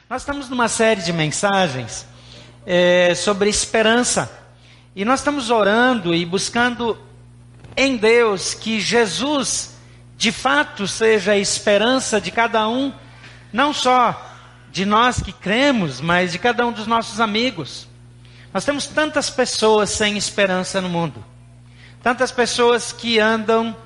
Nós estamos numa série de mensagens sobre esperança. E nós estamos orando e buscando em Deus que Jesus, de fato, seja a esperança de cada um, não só de nós que cremos, mas de cada um dos nossos amigos. Nós temos tantas pessoas sem esperança no mundo. Tantas pessoas que andam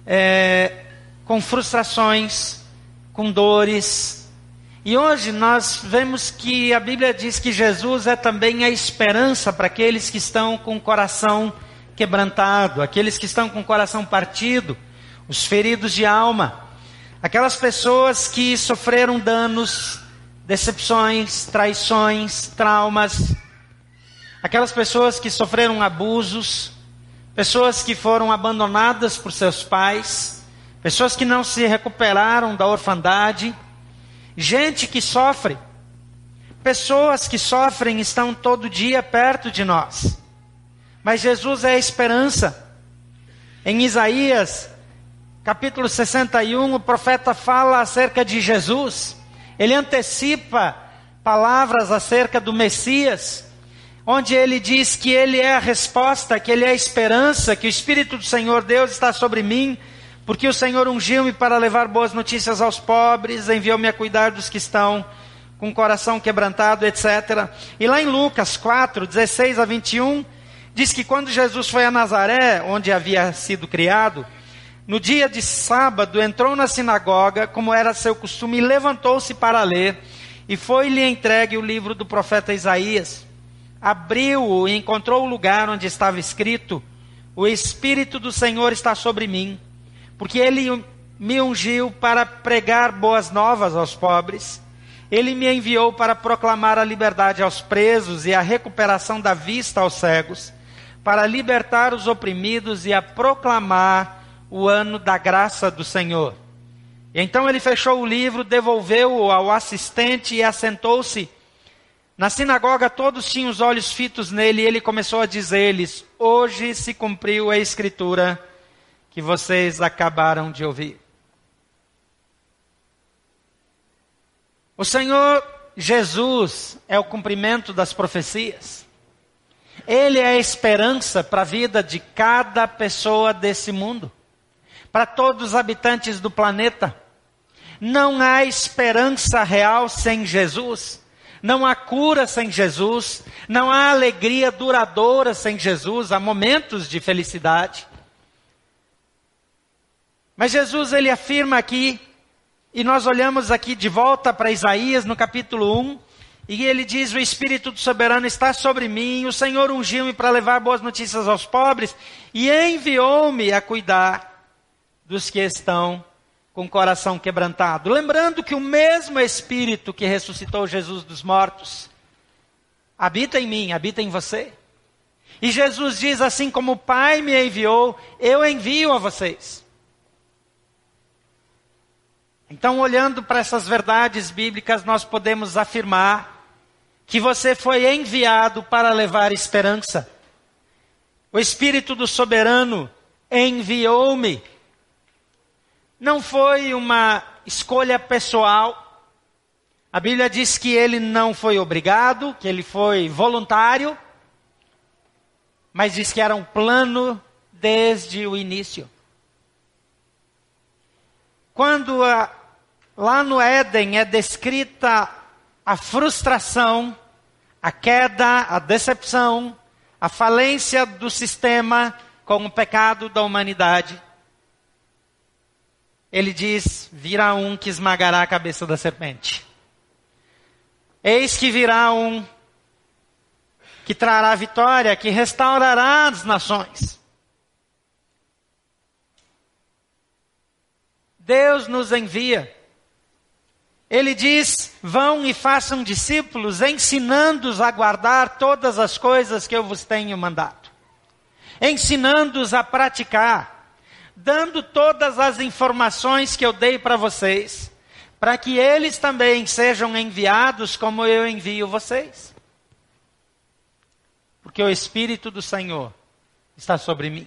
com frustrações, com dores. E hoje nós vemos que a Bíblia diz que Jesus é também a esperança para aqueles que estão com o coração quebrantado, aqueles que estão com o coração partido, os feridos de alma, aquelas pessoas que sofreram danos, decepções, traições, traumas, aquelas pessoas que sofreram abusos, pessoas que foram abandonadas por seus pais, pessoas que não se recuperaram da orfandade, gente que sofre, pessoas que sofrem estão todo dia perto de nós. Mas Jesus é a esperança. Em Isaías, capítulo 61, o profeta fala acerca de Jesus. Ele antecipa palavras acerca do Messias, onde ele diz que ele é a resposta, que ele é a esperança, que o Espírito do Senhor Deus está sobre mim, porque o Senhor ungiu-me para levar boas notícias aos pobres, enviou-me a cuidar dos que estão com o coração quebrantado, etc. E lá em Lucas 4, 16 a 21, diz que quando Jesus foi a Nazaré, onde havia sido criado, no dia de sábado entrou na sinagoga, como era seu costume, e levantou-se para ler, e foi-lhe entregue o livro do profeta Isaías. Abriu-o e encontrou o lugar onde estava escrito: o Espírito do Senhor está sobre mim, porque ele me ungiu para pregar boas novas aos pobres. Ele me enviou para proclamar a liberdade aos presos e a recuperação da vista aos cegos, para libertar os oprimidos e a proclamar o ano da graça do Senhor. E então ele fechou o livro, devolveu-o ao assistente e assentou-se. Na sinagoga todos tinham os olhos fitos nele e ele começou a dizer-lhes: hoje se cumpriu a escritura que vocês acabaram de ouvir. O Senhor Jesus é o cumprimento das profecias. Ele é a esperança para a vida de cada pessoa desse mundo, para todos os habitantes do planeta. Não há esperança real sem Jesus. Não há cura sem Jesus. Não há alegria duradoura sem Jesus. Há momentos de felicidade. Mas Jesus, ele afirma aqui, e nós olhamos aqui de volta para Isaías no capítulo 1, e ele diz: o Espírito do Soberano está sobre mim, o Senhor ungiu-me para levar boas notícias aos pobres, e enviou-me a cuidar dos que estão com o coração quebrantado. Lembrando que o mesmo Espírito que ressuscitou Jesus dos mortos habita em mim, habita em você. E Jesus diz: assim como o Pai me enviou, eu envio a vocês. Então, olhando para essas verdades bíblicas, nós podemos afirmar que você foi enviado para levar esperança. O Espírito do Soberano enviou-me. Não foi uma escolha pessoal. A Bíblia diz que ele não foi obrigado, que ele foi voluntário, mas diz que era um plano desde o início. Quando lá no Éden é descrita a frustração, a queda, a decepção, a falência do sistema com o pecado da humanidade, ele diz: virá um que esmagará a cabeça da serpente. Eis que virá um que trará vitória, que restaurará as nações. Deus nos envia. Ele diz: vão e façam discípulos, ensinando-os a guardar todas as coisas que eu vos tenho mandado. Ensinando-os a praticar, dando todas as informações que eu dei para vocês, para que eles também sejam enviados como eu envio vocês. Porque o Espírito do Senhor está sobre mim.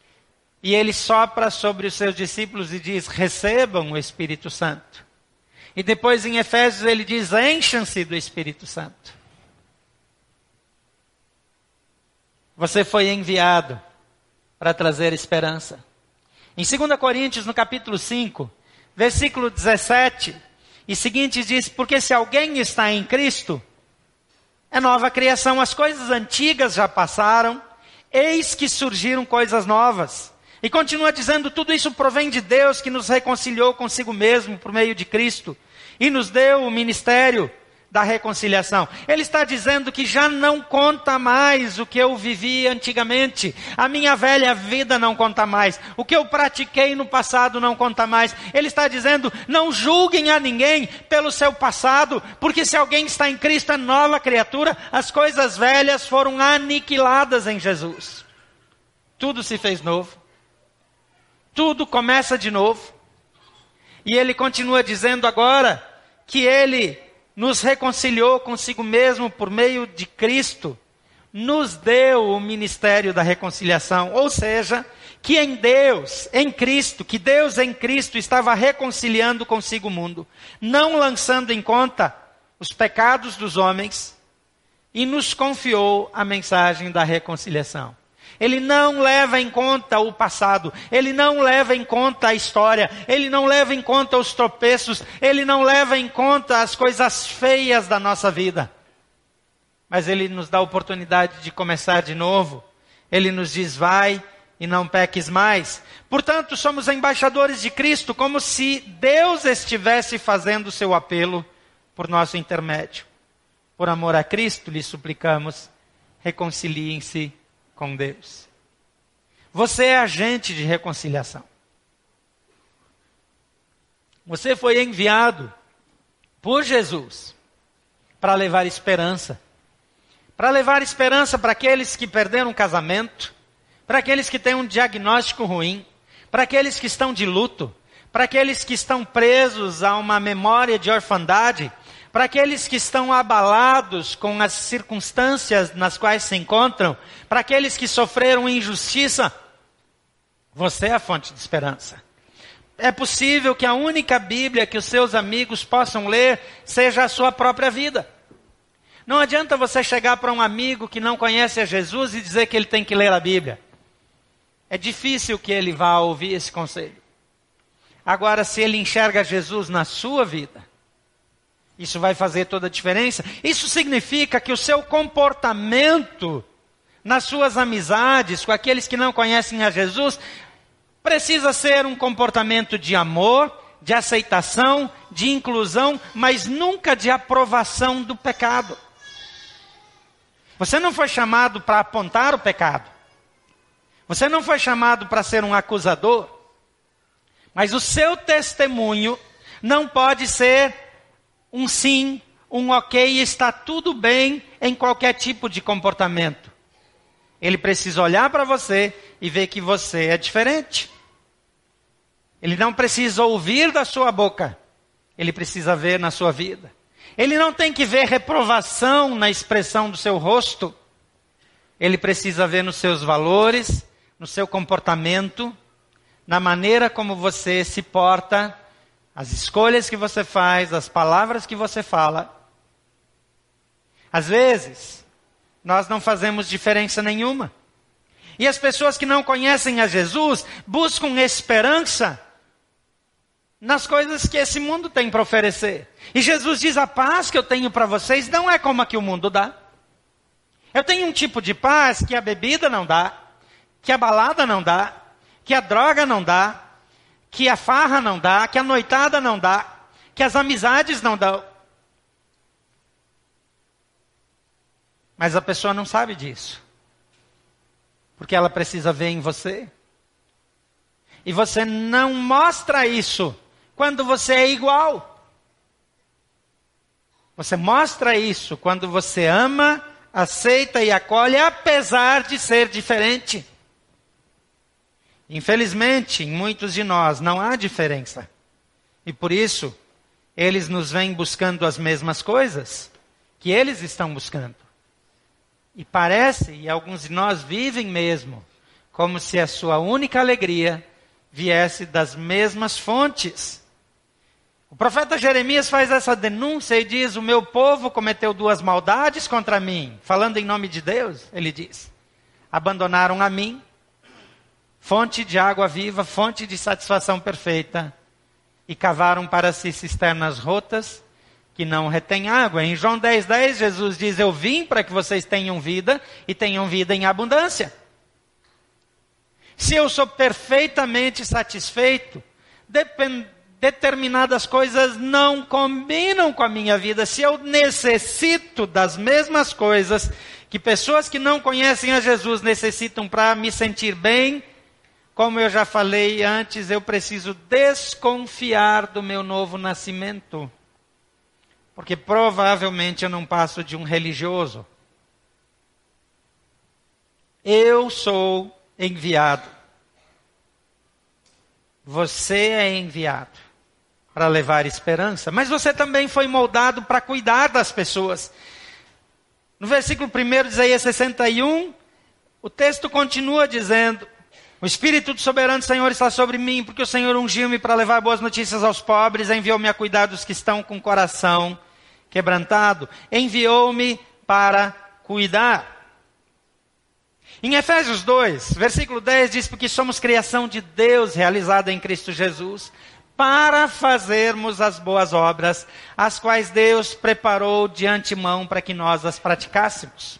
E ele sopra sobre os seus discípulos e diz: recebam o Espírito Santo. E depois em Efésios ele diz, encham-se do Espírito Santo. Você foi enviado para trazer esperança. Em 2 Coríntios, no capítulo 5, versículo 17 e seguinte diz, porque se alguém está em Cristo, é nova criação, as coisas antigas já passaram, eis que surgiram coisas novas. E continua dizendo, tudo isso provém de Deus que nos reconciliou consigo mesmo por meio de Cristo e nos deu o ministério da reconciliação. Ele está dizendo que já não conta mais o que eu vivi antigamente. A minha velha vida não conta mais. O que eu pratiquei no passado não conta mais. Ele está dizendo, não julguem a ninguém pelo seu passado, porque se alguém está em Cristo é nova criatura, as coisas velhas foram aniquiladas em Jesus. Tudo se fez novo. Tudo começa de novo. E ele continua dizendo agora que ele nos reconciliou consigo mesmo por meio de Cristo, nos deu o ministério da reconciliação, ou seja, que em Deus, em Cristo, que Deus em Cristo estava reconciliando consigo o mundo, não lançando em conta os pecados dos homens, e nos confiou a mensagem da reconciliação. Ele não leva em conta o passado, ele não leva em conta a história, ele não leva em conta os tropeços, ele não leva em conta as coisas feias da nossa vida. Mas ele nos dá a oportunidade de começar de novo. Ele nos diz, vai e não peques mais. Portanto, somos embaixadores de Cristo, como se Deus estivesse fazendo o seu apelo por nosso intermédio. Por amor a Cristo, lhe suplicamos, reconciliem-se com Deus. Você é agente de reconciliação. Você foi enviado por Jesus para levar esperança. Para levar esperança para aqueles que perderam um casamento, para aqueles que têm um diagnóstico ruim, para aqueles que estão de luto, para aqueles que estão presos a uma memória de orfandade, para aqueles que estão abalados com as circunstâncias nas quais se encontram, para aqueles que sofreram injustiça, você é a fonte de esperança. É possível que a única Bíblia que os seus amigos possam ler seja a sua própria vida. Não adianta você chegar para um amigo que não conhece a Jesus e dizer que ele tem que ler a Bíblia. É difícil que ele vá ouvir esse conselho. Agora, se ele enxerga Jesus na sua vida, isso vai fazer toda a diferença. Isso significa que o seu comportamento nas suas amizades com aqueles que não conhecem a Jesus precisa ser um comportamento de amor, de aceitação, de inclusão, mas nunca de aprovação do pecado. Você não foi chamado para apontar o pecado. Você não foi chamado para ser um acusador. Mas o seu testemunho não pode ser um sim, um ok, está tudo bem em qualquer tipo de comportamento. Ele precisa olhar para você e ver que você é diferente. Ele não precisa ouvir da sua boca, ele precisa ver na sua vida. Ele não tem que ver reprovação na expressão do seu rosto, ele precisa ver nos seus valores, no seu comportamento, na maneira como você se porta, as escolhas que você faz, as palavras que você fala. Às vezes, nós não fazemos diferença nenhuma. E as pessoas que não conhecem a Jesus buscam esperança nas coisas que esse mundo tem para oferecer. E Jesus diz, a paz que eu tenho para vocês não é como a que o mundo dá. Eu tenho um tipo de paz que a bebida não dá, que a balada não dá, que a droga não dá, que a farra não dá, que a noitada não dá, que as amizades não dão. Mas a pessoa não sabe disso. Porque ela precisa ver em você. E você não mostra isso quando você é igual. Você mostra isso quando você ama, aceita e acolhe, apesar de ser diferente. Infelizmente, em muitos de nós não há diferença. E por isso, eles nos vêm buscando as mesmas coisas que eles estão buscando. E parece, e alguns de nós vivem mesmo, como se a sua única alegria viesse das mesmas fontes. O profeta Jeremias faz essa denúncia e diz: o meu povo cometeu 2 maldades contra mim. Falando em nome de Deus, ele diz: abandonaram a mim, fonte de água viva, fonte de satisfação perfeita, e cavaram para si cisternas rotas, que não retêm água. Em João 10:10, Jesus diz: eu vim para que vocês tenham vida, e tenham vida em abundância. Se eu sou perfeitamente satisfeito, determinadas coisas não combinam com a minha vida. Se eu necessito das mesmas coisas que pessoas que não conhecem a Jesus necessitam para me sentir bem, como eu já falei antes, eu preciso desconfiar do meu novo nascimento. Porque provavelmente eu não passo de um religioso. Eu sou enviado. Você é enviado para levar esperança, mas você também foi moldado para cuidar das pessoas. No versículo 1 de Isaías 61, o texto continua dizendo: o Espírito do Soberano Senhor está sobre mim, porque o Senhor ungiu-me para levar boas notícias aos pobres, enviou-me a cuidar dos que estão com o coração quebrantado, enviou-me para cuidar. Em Efésios 2, versículo 10 diz: porque somos criação de Deus realizada em Cristo Jesus, para fazermos as boas obras, as quais Deus preparou de antemão para que nós as praticássemos.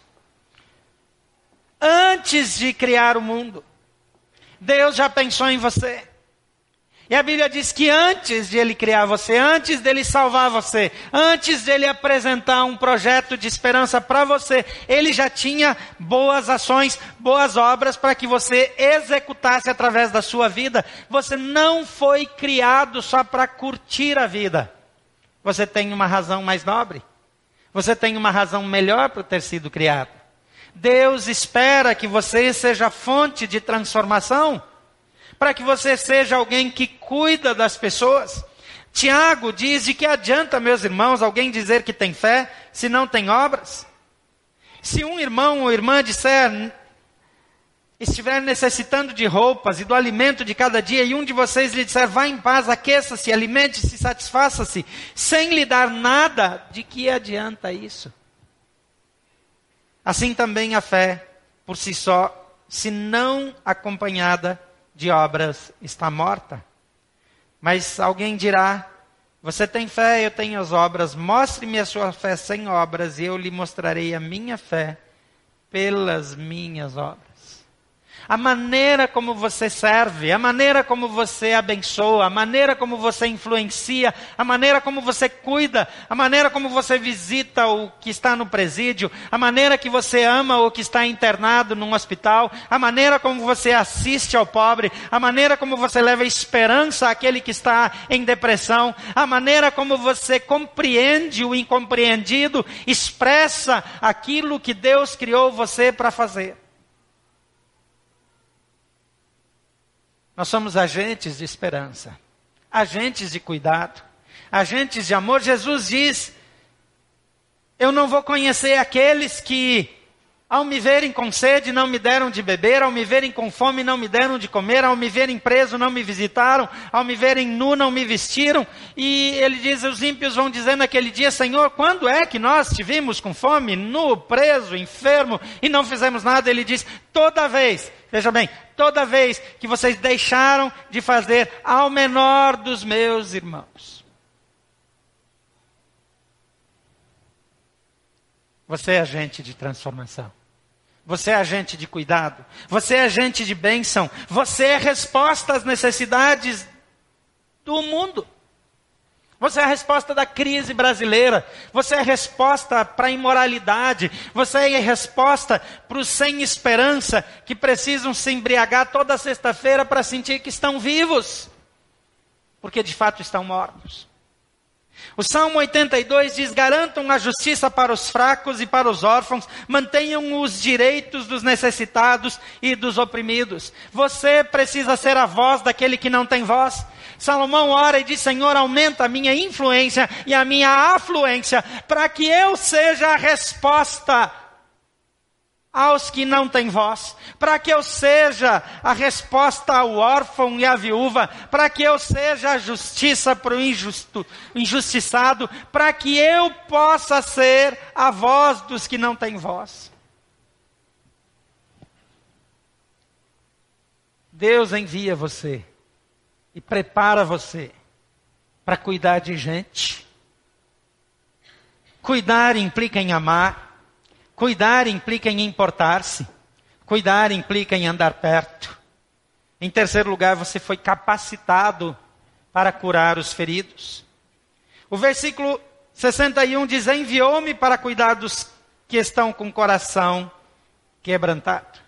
Antes de criar o mundo, Deus já pensou em você. E a Bíblia diz que antes de Ele criar você, antes dEle salvar você, antes dEle apresentar um projeto de esperança para você, Ele já tinha boas ações, boas obras para que você executasse através da sua vida. Você não foi criado só para curtir a vida. Você tem uma razão mais nobre. Você tem uma razão melhor para ter sido criado. Deus espera que você seja fonte de transformação, para que você seja alguém que cuida das pessoas. Tiago diz: de que adianta, meus irmãos, alguém dizer que tem fé, se não tem obras? Se um irmão ou irmã estiver necessitando de roupas e do alimento de cada dia, e um de vocês lhe disser: vá em paz, aqueça-se, alimente-se, satisfaça-se, sem lhe dar nada, de que adianta isso? Assim também a fé, por si só, se não acompanhada de obras, está morta. Mas alguém dirá: você tem fé, eu tenho as obras, mostre-me a sua fé sem obras, e eu lhe mostrarei a minha fé pelas minhas obras. A maneira como você serve, a maneira como você abençoa, a maneira como você influencia, a maneira como você cuida, a maneira como você visita o que está no presídio, a maneira que você ama o que está internado num hospital, a maneira como você assiste ao pobre, a maneira como você leva esperança àquele que está em depressão, a maneira como você compreende o incompreendido, expressa aquilo que Deus criou você para fazer. Nós somos agentes de esperança, agentes de cuidado, agentes de amor. Jesus diz: eu não vou conhecer aqueles que, ao me verem com sede, não me deram de beber, ao me verem com fome, não me deram de comer, ao me verem preso, não me visitaram, ao me verem nu, não me vestiram. E ele diz: os ímpios vão dizer naquele dia: Senhor, quando é que nós te vimos com fome, nu, preso, enfermo, e não fizemos nada? Ele diz: toda vez, veja bem, toda vez que vocês deixaram de fazer ao menor dos meus irmãos. Você é agente de transformação. Você é agente de cuidado. Você é agente de bênção. Você é resposta às necessidades do mundo. Você é a resposta da crise brasileira. Você é a resposta para a imoralidade. Você é a resposta para os sem esperança que precisam se embriagar toda sexta-feira para sentir que estão vivos, porque de fato estão mortos. O Salmo 82 diz: garantam a justiça para os fracos e para os órfãos, mantenham os direitos dos necessitados e dos oprimidos. Você precisa ser a voz daquele que não tem voz. Salomão ora e diz: Senhor, aumenta a minha influência e a minha afluência, para que eu seja a resposta aos que não têm voz, para que eu seja a resposta ao órfão e à viúva, para que eu seja a justiça para o injustiçado, para que eu possa ser a voz dos que não têm voz. Deus envia você e prepara você para cuidar de gente. Cuidar implica em amar. Cuidar implica em importar-se. Cuidar implica em andar perto. Em terceiro lugar, você foi capacitado para curar os feridos. O versículo 61 diz: enviou-me para cuidar dos que estão com o coração quebrantado.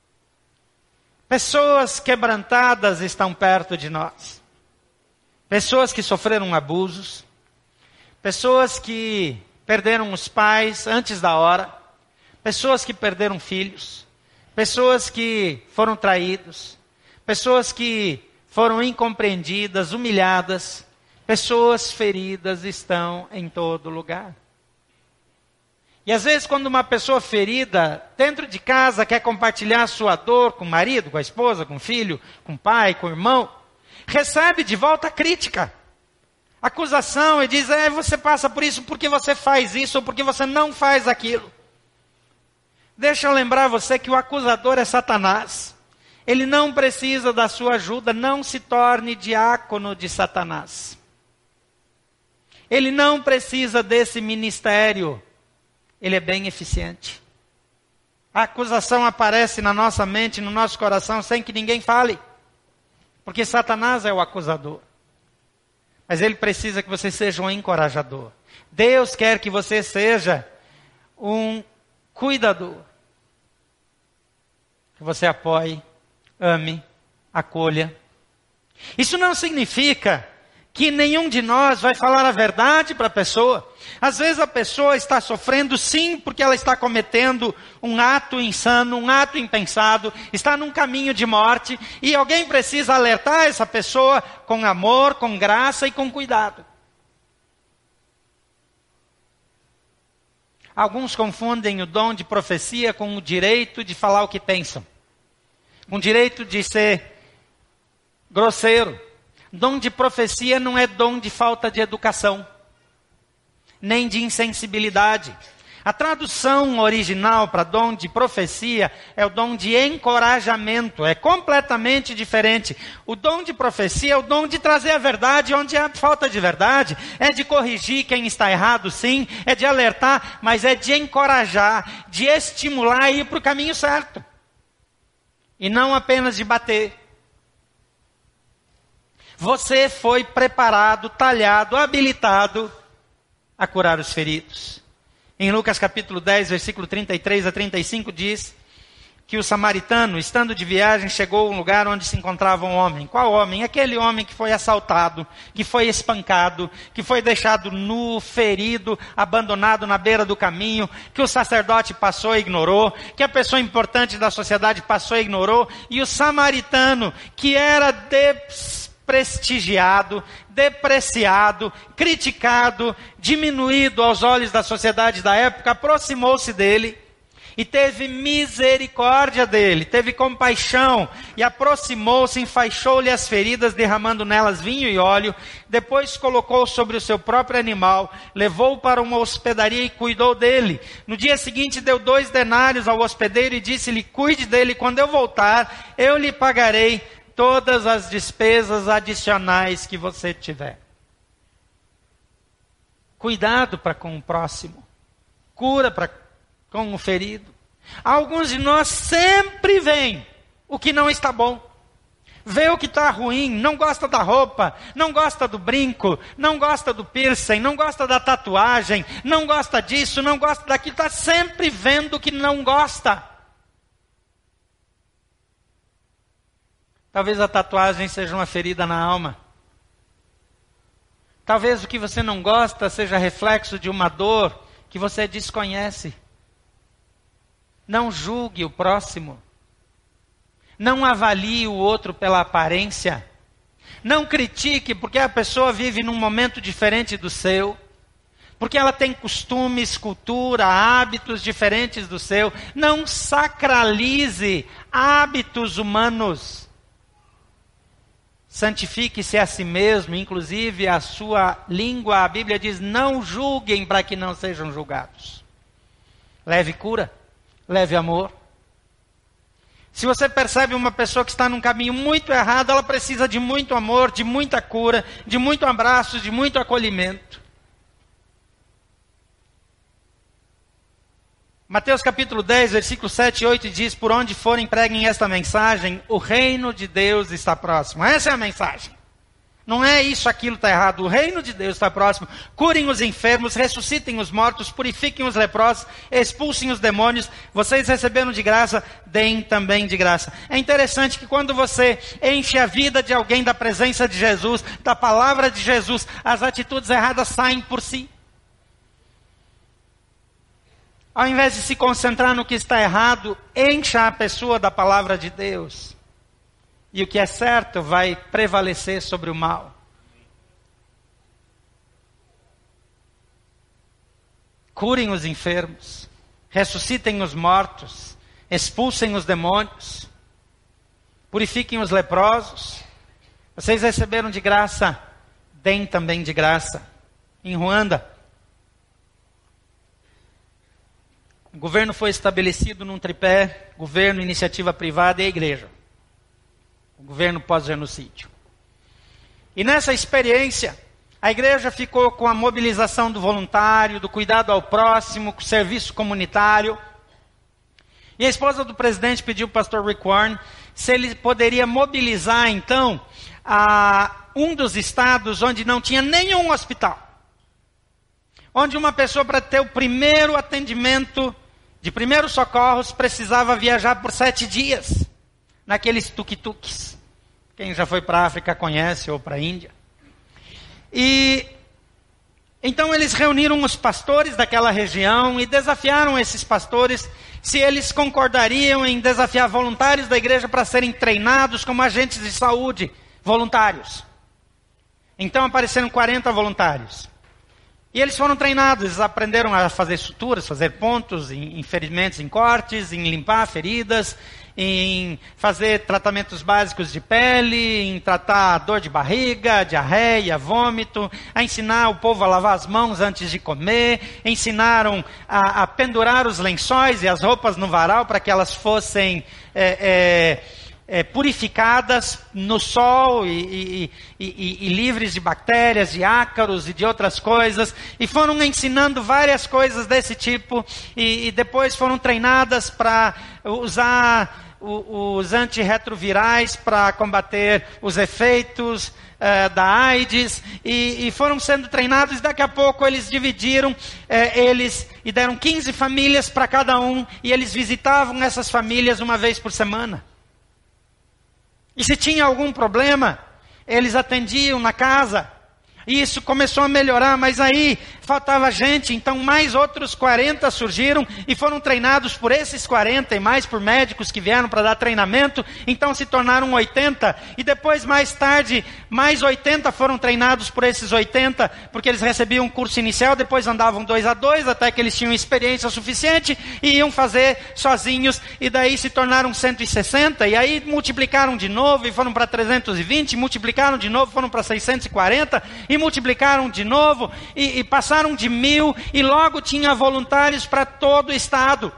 Pessoas quebrantadas estão perto de nós. Pessoas que sofreram abusos. Pessoas que perderam os pais antes da hora. Pessoas que perderam filhos, pessoas que foram traídos, pessoas que foram incompreendidas, humilhadas, pessoas feridas estão em todo lugar. E às vezes quando uma pessoa ferida, dentro de casa, quer compartilhar sua dor com o marido, com a esposa, com o filho, com o pai, com o irmão, recebe de volta crítica, acusação, e diz: você passa por isso porque você faz isso, ou porque você não faz aquilo. Deixa eu lembrar você que o acusador é Satanás. Ele não precisa da sua ajuda, não se torne diácono de Satanás. Ele não precisa desse ministério. Ele é bem eficiente. A acusação aparece na nossa mente, no nosso coração, sem que ninguém fale. Porque Satanás é o acusador. Mas ele precisa que você seja um encorajador. Deus quer que você seja um cuidador. Que você apoie, ame, acolha. Isso não significa que nenhum de nós vai falar a verdade para a pessoa. Às vezes a pessoa está sofrendo sim, porque ela está cometendo um ato insano, um ato impensado, está num caminho de morte, e alguém precisa alertar essa pessoa com amor, com graça e com cuidado. Alguns confundem o dom de profecia com o direito de falar o que pensam. Com o direito de ser grosseiro. Dom de profecia não é dom de falta de educação, nem de insensibilidade. A tradução original para dom de profecia é o dom de encorajamento. É completamente diferente. O dom de profecia é o dom de trazer a verdade onde há falta de verdade. É de corrigir quem está errado, sim. É de alertar, mas é de encorajar, de estimular a ir para o caminho certo. E não apenas de bater. Você foi preparado, talhado, habilitado a curar os feridos. Em Lucas capítulo 10, versículo 33 a 35 diz que o samaritano, estando de viagem, chegou a um lugar onde se encontrava um homem. Qual homem? Aquele homem que foi assaltado, que foi espancado, que foi deixado nu, ferido, abandonado na beira do caminho, que o sacerdote passou e ignorou, que a pessoa importante da sociedade passou e ignorou, e o samaritano, que era desprestigiado, depreciado, criticado, diminuído aos olhos da sociedade da época, aproximou-se dele e teve misericórdia dele, teve compaixão e aproximou-se, enfaixou-lhe as feridas, derramando nelas vinho e óleo, depois colocou sobre o seu próprio animal, levou-o para uma hospedaria e cuidou dele. No dia seguinte deu 2 denários ao hospedeiro e disse-lhe: cuide dele, quando eu voltar, eu lhe pagarei todas as despesas adicionais que você tiver. Cuidado para com o próximo. Cura para com o ferido. Alguns de nós sempre veem o que não está bom. Vê o que está ruim, não gosta da roupa, não gosta do brinco, não gosta do piercing, não gosta da tatuagem, não gosta disso, não gosta daquilo. Está sempre vendo o que não gosta. Talvez a tatuagem seja uma ferida na alma. Talvez o que você não gosta seja reflexo de uma dor que você desconhece. Não julgue o próximo. Não avalie o outro pela aparência. Não critique porque a pessoa vive num momento diferente do seu. porque ela tem costumes, cultura, hábitos diferentes do seu. Não sacralize hábitos humanos. Santifique-se a si mesmo, inclusive a sua língua. A Bíblia diz, não julguem para que não sejam julgados. Leve cura, leve amor. Se você percebe uma pessoa que está num caminho muito errado, ela precisa de muito amor, de muita cura, de muito abraço, de muito acolhimento. Mateus capítulo 10, versículos 7 e 8 diz, por onde forem preguem esta mensagem, o reino de Deus está próximo. Essa é a mensagem. Não é isso, aquilo está errado. O reino de Deus está próximo. Curem os enfermos, ressuscitem os mortos, purifiquem os leprosos, expulsem os demônios. Vocês receberam de graça, deem também de graça. É interessante que quando você enche a vida de alguém da presença de Jesus, da palavra de Jesus, as atitudes erradas saem por si. Ao invés de se concentrar no que está errado, encha a pessoa da palavra de Deus. E o que é certo vai prevalecer sobre o mal. Curem os enfermos, ressuscitem os mortos, expulsem os demônios, purifiquem os leprosos. Vocês receberam de graça, deem também de graça. Em Ruanda, o governo foi estabelecido num tripé, governo, iniciativa privada e a igreja. O governo pós-genocídio. E nessa experiência, a igreja ficou com a mobilização do voluntário, do cuidado ao próximo, com o serviço comunitário. E a esposa do presidente pediu ao pastor Rick Warren se ele poderia mobilizar, então, um dos estados onde não tinha nenhum hospital. Onde uma pessoa, para ter o primeiro atendimento de primeiros socorros, precisava viajar por 7 dias. Naqueles tuk-tuks. Quem já foi para a África conhece, ou para a Índia. E então eles reuniram os pastores daquela região e desafiaram esses pastores se eles concordariam em desafiar voluntários da igreja para serem treinados como agentes de saúde voluntários. Então apareceram 40 voluntários. E eles foram treinados, eles aprenderam a fazer suturas, fazer pontos em ferimentos, em cortes, em limpar feridas, em fazer tratamentos básicos de pele, em tratar dor de barriga, diarreia, vômito, a ensinar o povo a lavar as mãos antes de comer, ensinaram a pendurar os lençóis e as roupas no varal para que elas fossem purificadas no sol e livres de bactérias, de ácaros e de outras coisas, e foram ensinando várias coisas desse tipo, e depois foram treinadas para usar os antirretrovirais para combater os efeitos da AIDS, e foram sendo treinados, e daqui a pouco eles dividiram e deram 15 famílias para cada um, e eles visitavam essas famílias uma vez por semana. E se tinha algum problema, eles atendiam na casa. E isso começou a melhorar, mas aí faltava gente. Então mais outros 40 surgiram e foram treinados por esses 40 e mais por médicos que vieram para dar treinamento. Então se tornaram 80. E depois, mais tarde, mais 80 foram treinados por esses 80, porque eles recebiam um curso inicial, depois andavam 2 a 2, até que eles tinham experiência suficiente e iam fazer sozinhos. E daí se tornaram 160. E aí multiplicaram de novo e foram para 320. Multiplicaram de novo, foram para 640. E multiplicaram de novo e passaram de 1000 e logo tinha voluntários para todo o estado.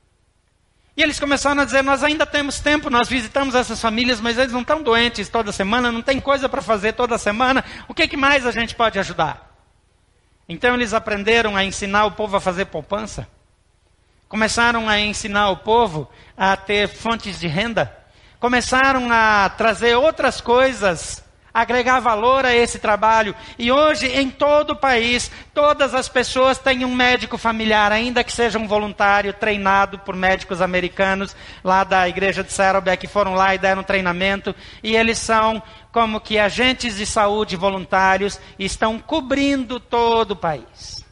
E eles começaram a dizer, nós ainda temos tempo, nós visitamos essas famílias, mas eles não estão doentes toda semana, não tem coisa para fazer toda semana, o que mais a gente pode ajudar? Então eles aprenderam a ensinar o povo a fazer poupança, começaram a ensinar o povo a ter fontes de renda, começaram a trazer outras coisas, agregar valor a esse trabalho. E hoje, em todo o país, todas as pessoas têm um médico familiar, ainda que seja um voluntário treinado por médicos americanos, lá da igreja de Saddleback, que foram lá e deram treinamento, e eles são como que agentes de saúde voluntários, e estão cobrindo todo o país.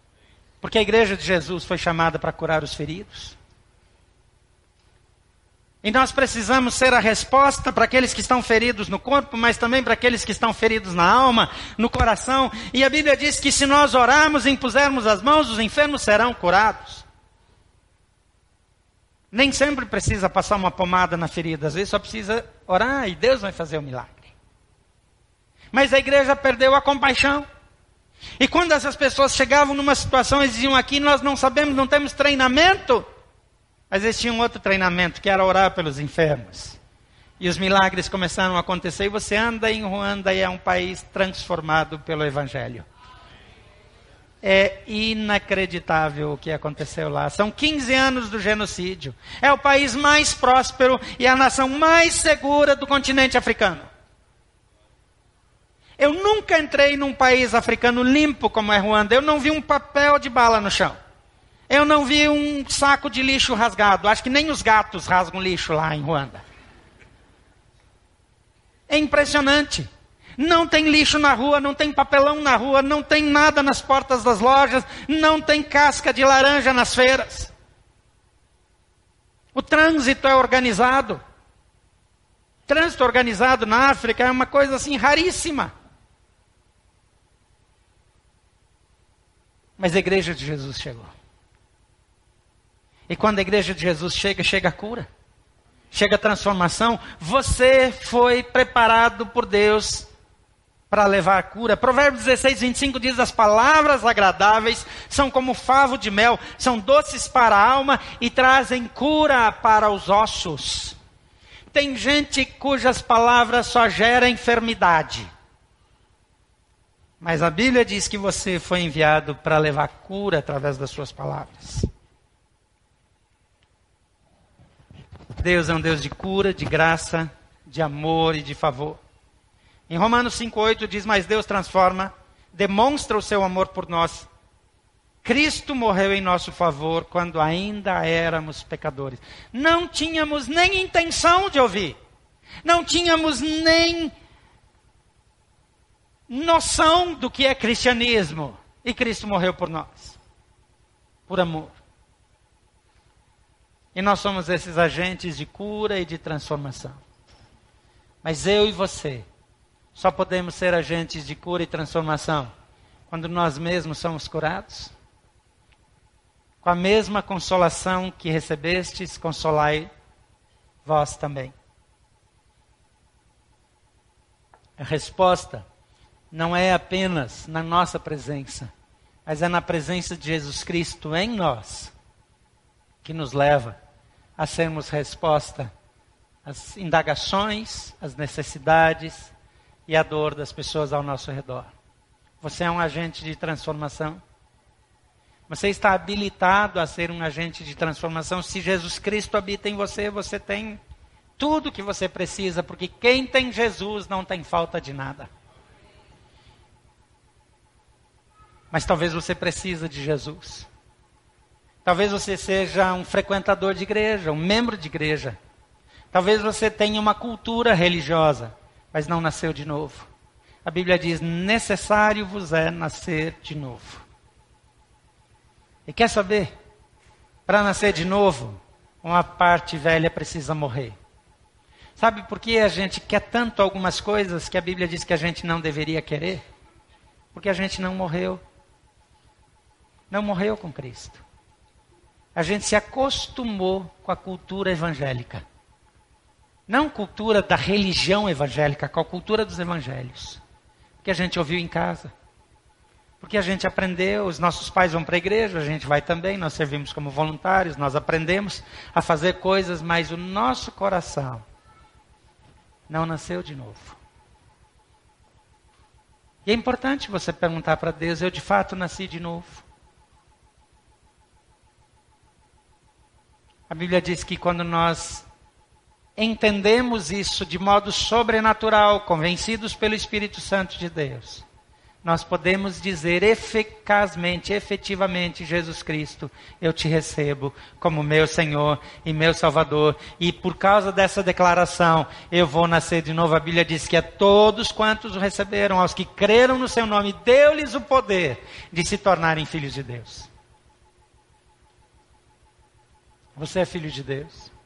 Porque a igreja de Jesus foi chamada para curar os feridos. E nós precisamos ser a resposta para aqueles que estão feridos no corpo, mas também para aqueles que estão feridos na alma, no coração. E a Bíblia diz que se nós orarmos e impusermos as mãos, os enfermos serão curados. Nem sempre precisa passar uma pomada na ferida, às vezes só precisa orar e Deus vai fazer o milagre. Mas a igreja perdeu a compaixão. E quando essas pessoas chegavam numa situação, eles diziam: aqui nós não sabemos, não temos treinamento. Mas eles tinham outro treinamento, que era orar pelos enfermos. E os milagres começaram a acontecer. E você anda em Ruanda e é um país transformado pelo Evangelho. É inacreditável o que aconteceu lá. São 15 anos do genocídio. É o país mais próspero e a nação mais segura do continente africano. Eu nunca entrei num país africano limpo como é Ruanda. Eu não vi um papel de bala no chão. Eu não vi um saco de lixo rasgado. Acho que nem os gatos rasgam lixo lá em Ruanda. É impressionante. Não tem lixo na rua, não tem papelão na rua, não tem nada nas portas das lojas, não tem casca de laranja nas feiras. O trânsito é organizado. Trânsito organizado na África é uma coisa assim raríssima. Mas a igreja de Jesus chegou. E quando a igreja de Jesus chega, chega a cura. Chega a transformação. Você foi preparado por Deus para levar a cura. Provérbios 16, 25 diz: as palavras agradáveis são como favo de mel, são doces para a alma e trazem cura para os ossos. Tem gente cujas palavras só geram enfermidade. Mas a Bíblia diz que você foi enviado para levar cura através das suas palavras. Deus é um Deus de cura, de graça, de amor e de favor. Em Romanos 5,8 diz: mas Deus transforma, demonstra o seu amor por nós. Cristo morreu em nosso favor quando ainda éramos pecadores. Não tínhamos nem intenção de ouvir. Não tínhamos nem noção do que é cristianismo. E Cristo morreu por nós. Por amor. E nós somos esses agentes de cura e de transformação. Mas eu e você só podemos ser agentes de cura e transformação quando nós mesmos somos curados. Com a mesma consolação que recebestes, consolai vós também. A resposta não é apenas na nossa presença, mas é na presença de Jesus Cristo em nós, que nos leva a sermos resposta às indagações, às necessidades e à dor das pessoas ao nosso redor. Você é um agente de transformação. Você está habilitado a ser um agente de transformação. Se Jesus Cristo habita em você, você tem tudo o que você precisa, porque quem tem Jesus não tem falta de nada. Mas talvez você precise de Jesus. Talvez você seja um frequentador de igreja, um membro de igreja. Talvez você tenha uma cultura religiosa, mas não nasceu de novo. A Bíblia diz: necessário vos é nascer de novo. E quer saber? Para nascer de novo, uma parte velha precisa morrer. Sabe por que a gente quer tanto algumas coisas que a Bíblia diz que a gente não deveria querer? Porque a gente não morreu. Não morreu com Cristo. A gente se acostumou com a cultura evangélica. Não cultura da religião evangélica, com a cultura dos evangelhos. Que a gente ouviu em casa. Porque a gente aprendeu, os nossos pais vão para a igreja, a gente vai também, nós servimos como voluntários, nós aprendemos a fazer coisas, mas o nosso coração não nasceu de novo. E é importante você perguntar para Deus: eu de fato nasci de novo? A Bíblia diz que quando nós entendemos isso de modo sobrenatural, convencidos pelo Espírito Santo de Deus, nós podemos dizer eficazmente, efetivamente: Jesus Cristo, eu te recebo como meu Senhor e meu Salvador. E por causa dessa declaração, eu vou nascer de novo. A Bíblia diz que a todos quantos o receberam, aos que creram no seu nome, deu-lhes o poder de se tornarem filhos de Deus. Você é filho de Deus.